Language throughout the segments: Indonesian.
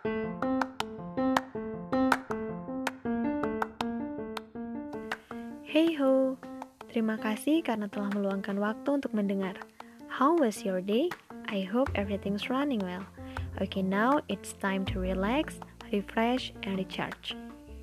Hey ho, terima kasih karena telah meluangkan waktu untuk mendengar. How was your day? I hope everything's running well. Okay, now it's time to relax, refresh, and recharge.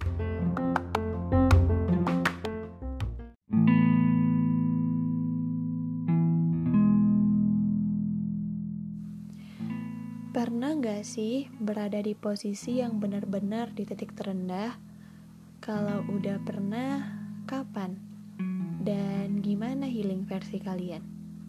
Pernah gak sih berada di posisi yang benar-benar di titik terendah? Kalau udah pernah, kapan? Dan gimana healing versi kalian?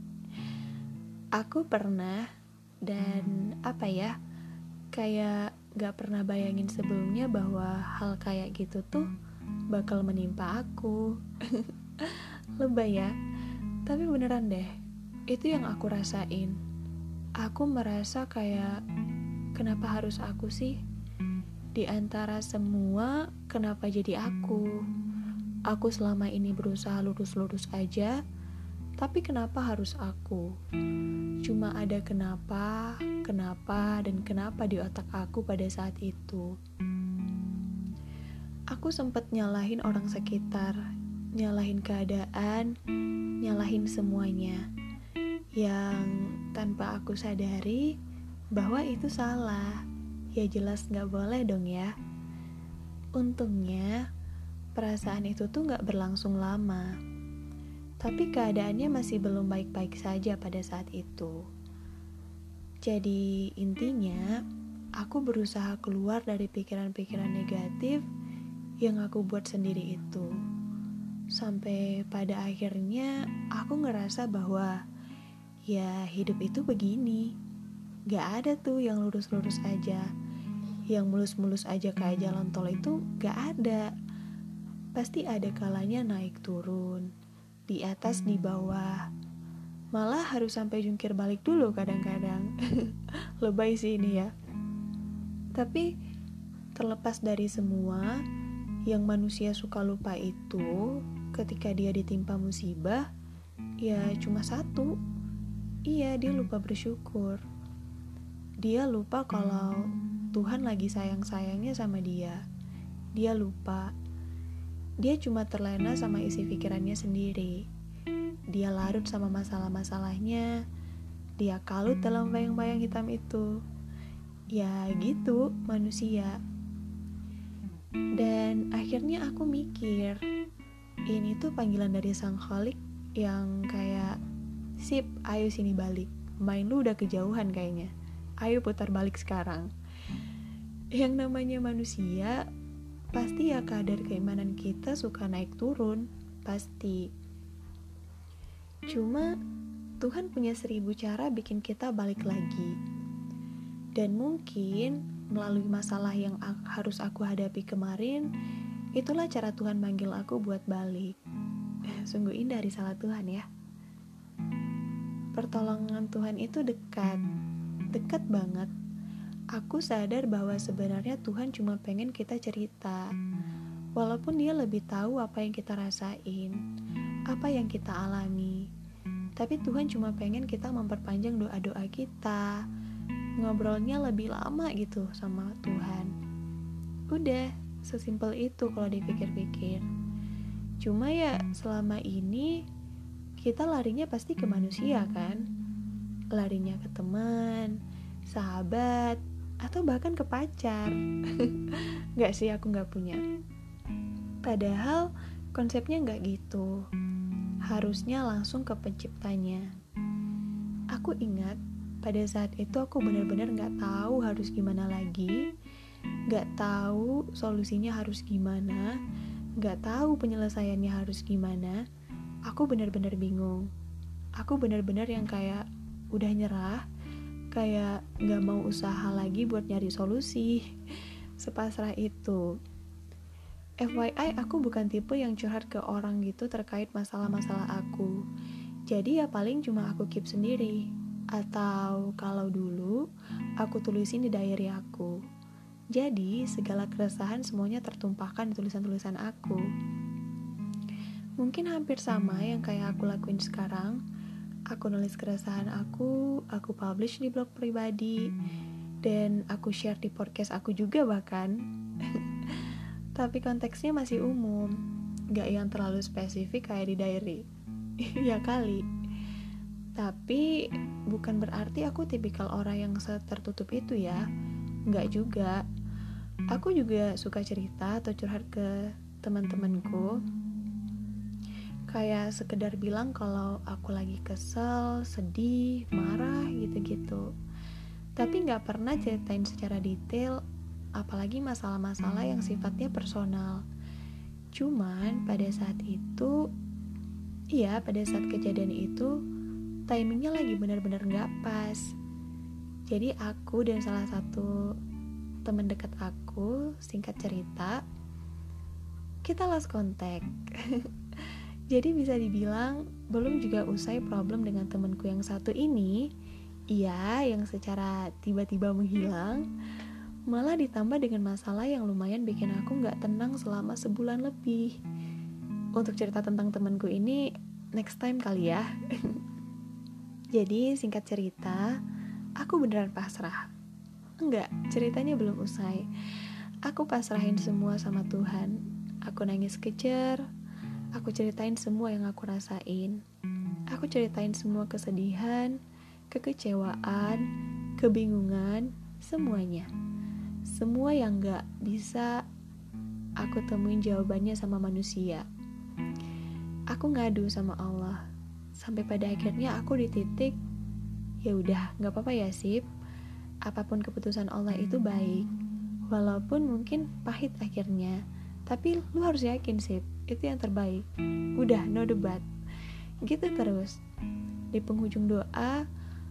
Aku pernah, dan kayak gak pernah bayangin sebelumnya bahwa hal kayak gitu tuh bakal menimpa aku. Lebay ya, tapi beneran deh, itu yang aku rasain. Aku merasa kayak, kenapa harus aku sih? Di antara semua, kenapa jadi aku? Aku selama ini berusaha lurus-lurus aja, tapi kenapa harus aku? Cuma ada kenapa, dan kenapa di otak aku pada saat itu. Aku sempat nyalahin orang sekitar, nyalahin keadaan, nyalahin semuanya. Yang tanpa aku sadari bahwa itu salah. Ya jelas gak boleh dong ya. Untungnya perasaan itu tuh gak berlangsung lama. Tapi keadaannya masih belum baik-baik saja pada saat itu. Jadi intinya aku berusaha keluar dari pikiran-pikiran negatif yang aku buat sendiri itu. Sampai pada akhirnya aku ngerasa bahwa ya hidup itu begini. Gak ada tuh yang lurus-lurus aja. Yang mulus-mulus aja kayak jalan tol itu gak ada. Pasti ada kalanya naik turun, di atas di bawah. Malah harus sampai jungkir balik dulu kadang-kadang. Lebay sih ini ya. Tapi terlepas dari semua, yang manusia suka lupa itu ketika dia ditimpa musibah, ya cuma satu. Iya, dia lupa bersyukur. Dia lupa kalau Tuhan lagi sayang-sayangnya sama dia. Dia lupa. Dia cuma terlena sama isi pikirannya sendiri. Dia larut sama masalah-masalahnya. Dia kalut dalam bayang-bayang hitam itu. Ya gitu manusia. Dan akhirnya aku mikir, ini tuh panggilan dari Sang Khalik yang kayak, sip, ayo sini balik. Main lu udah kejauhan kayaknya. Ayo putar balik sekarang. Yang namanya manusia, pasti ya kadar keimanan kita suka naik turun. Pasti. Cuma Tuhan punya 1000 cara bikin kita balik lagi. Dan mungkin melalui masalah yang harus aku hadapi kemarin, itulah cara Tuhan manggil aku buat balik. Sungguh indah risalah Tuhan ya. Pertolongan Tuhan itu dekat banget. Aku sadar bahwa sebenarnya Tuhan cuma pengen kita cerita. Walaupun dia lebih tahu apa yang kita rasain, apa yang kita alami. Tapi Tuhan cuma pengen kita memperpanjang doa-doa kita, ngobrolnya lebih lama gitu sama Tuhan. Udah, sesimpel itu kalau dipikir-pikir. Cuma ya selama ini kita larinya pasti ke manusia kan? Larinya ke teman, sahabat, atau bahkan ke pacar. Gak sih, aku gak punya. Padahal konsepnya gak gitu. Harusnya langsung ke penciptanya. Aku ingat pada saat itu aku benar-benar gak tahu harus gimana lagi, gak tahu solusinya harus gimana, gak tahu penyelesaiannya harus gimana. Aku benar-benar bingung. Aku benar-benar yang kayak udah nyerah, kayak gak mau usaha lagi buat nyari solusi. Sepasrah itu. FYI, aku bukan tipe yang curhat ke orang gitu terkait masalah-masalah aku. Jadi ya paling cuma aku keep sendiri. Atau kalau dulu, aku tulisin di diary aku. Jadi segala keresahan semuanya tertumpahkan di tulisan-tulisan aku. Mungkin hampir sama yang kayak aku lakuin sekarang. Aku nulis keresahan aku publish di blog pribadi. dan aku share di podcast aku juga bahkan. Tapi konteksnya masih umum, gak yang terlalu spesifik kayak di diary. Ya kali. Tapi bukan berarti aku tipikal orang yang tertutup itu ya. Gak juga. Aku juga suka cerita atau curhat ke teman-temanku. Kayak sekedar bilang kalau aku lagi kesel, sedih, marah gitu-gitu. Tapi gak pernah ceritain secara detail, apalagi masalah-masalah yang sifatnya personal. Cuman pada saat kejadian itu, timingnya lagi benar-benar gak pas. Jadi aku dan salah satu teman dekat aku, singkat cerita, kita lost contact. Jadi bisa dibilang belum juga usai problem dengan temanku yang satu ini, yang secara tiba-tiba menghilang, malah ditambah dengan masalah yang lumayan bikin aku gak tenang selama sebulan lebih. Untuk cerita tentang temanku ini next time kali ya. Jadi singkat cerita, aku beneran pasrah. Enggak, ceritanya belum usai. Aku pasrahin semua sama Tuhan. Aku nangis kejer. Aku ceritain semua yang aku rasain. Aku ceritain semua kesedihan, kekecewaan, kebingungan, semuanya. Semua yang gak bisa aku temuin jawabannya sama manusia. Aku ngadu sama Allah. Sampai pada akhirnya aku di titik, ya udah, nggak apa-apa ya Sip. Apapun keputusan Allah itu baik, walaupun mungkin pahit akhirnya. Tapi lu harus yakin Sip, itu yang terbaik. Udah, no debat. Gitu terus. Di penghujung doa,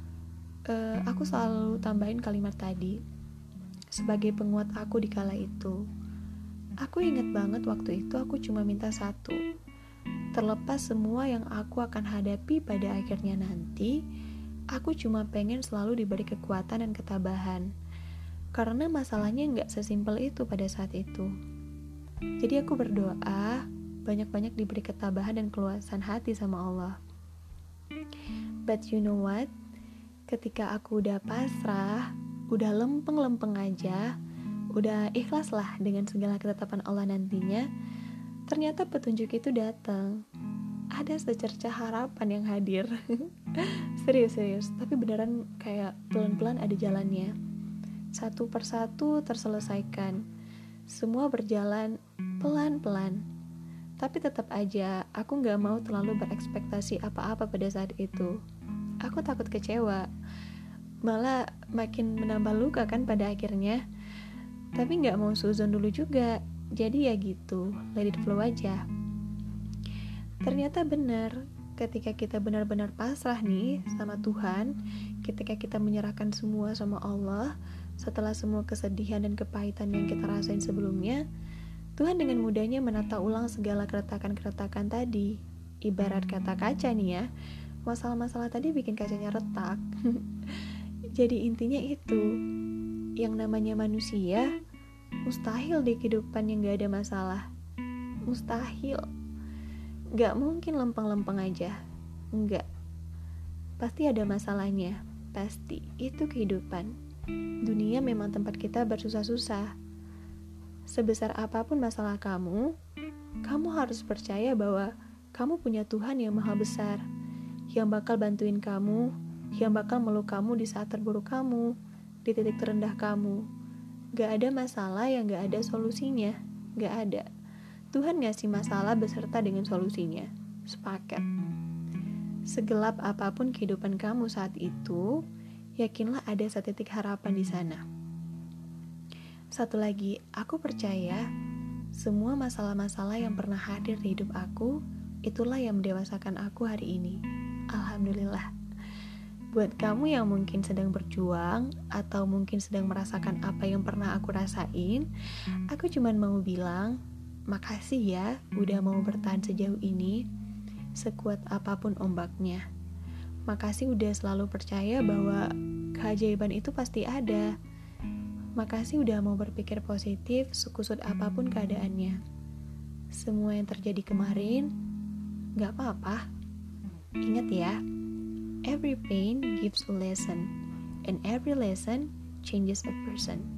aku selalu tambahin kalimat tadi sebagai penguat aku di kala itu. Aku ingat banget waktu itu aku cuma minta satu. Terlepas semua yang aku akan hadapi pada akhirnya nanti, aku cuma pengen selalu diberi kekuatan dan ketabahan. Karena masalahnya gak sesimpel itu pada saat itu. Jadi aku berdoa, banyak-banyak diberi ketabahan dan keluasan hati sama Allah. But you know what? Ketika aku udah pasrah, udah lempeng-lempeng aja, udah ikhlas lah dengan segala ketetapan Allah nantinya, ternyata petunjuk itu datang. Ada secercah harapan yang hadir. Serius, tapi beneran kayak pelan-pelan ada jalannya. Satu persatu terselesaikan. Semua berjalan pelan-pelan. Tapi tetap aja aku gak mau terlalu berekspektasi apa-apa pada saat itu. Aku takut kecewa. Malah makin menambah luka kan pada akhirnya. Tapi gak mau suzon dulu juga. Jadi ya gitu, let it flow aja. Ternyata benar, ketika kita benar-benar pasrah nih sama Tuhan, ketika kita menyerahkan semua sama Allah, setelah semua kesedihan dan kepahitan yang kita rasain sebelumnya, Tuhan dengan mudahnya menata ulang segala keretakan-keretakan tadi. Ibarat kata kaca nih ya, masalah-masalah tadi bikin kacanya retak. Jadi intinya itu, yang namanya manusia, mustahil di kehidupan yang gak ada masalah. Mustahil. Gak mungkin lempeng-lempeng aja. Enggak. Pasti ada masalahnya. Pasti. Itu kehidupan. Dunia memang tempat kita bersusah-susah. Sebesar apapun masalah kamu harus percaya bahwa kamu punya Tuhan yang maha besar, yang bakal bantuin kamu, yang bakal meluk kamu di saat terburuk kamu, di titik terendah kamu. Gak ada masalah yang gak ada solusinya. Gak ada. Tuhan ngasih masalah beserta dengan solusinya. Sepaket. Segelap apapun kehidupan kamu saat itu, yakinlah ada setitik harapan di sana. Satu lagi, aku percaya semua masalah-masalah yang pernah hadir di hidup aku, itulah yang mendewasakan aku hari ini. Alhamdulillah. Buat kamu yang mungkin sedang berjuang atau mungkin sedang merasakan apa yang pernah aku rasain, aku cuman mau bilang, makasih ya udah mau bertahan sejauh ini, sekuat apapun ombaknya. Makasih udah selalu percaya bahwa keajaiban itu pasti ada. Makasih udah mau berpikir positif sekusut apapun keadaannya. Semua yang terjadi kemarin, gak apa-apa. Ingat ya, every pain gives a lesson, and every lesson changes a person.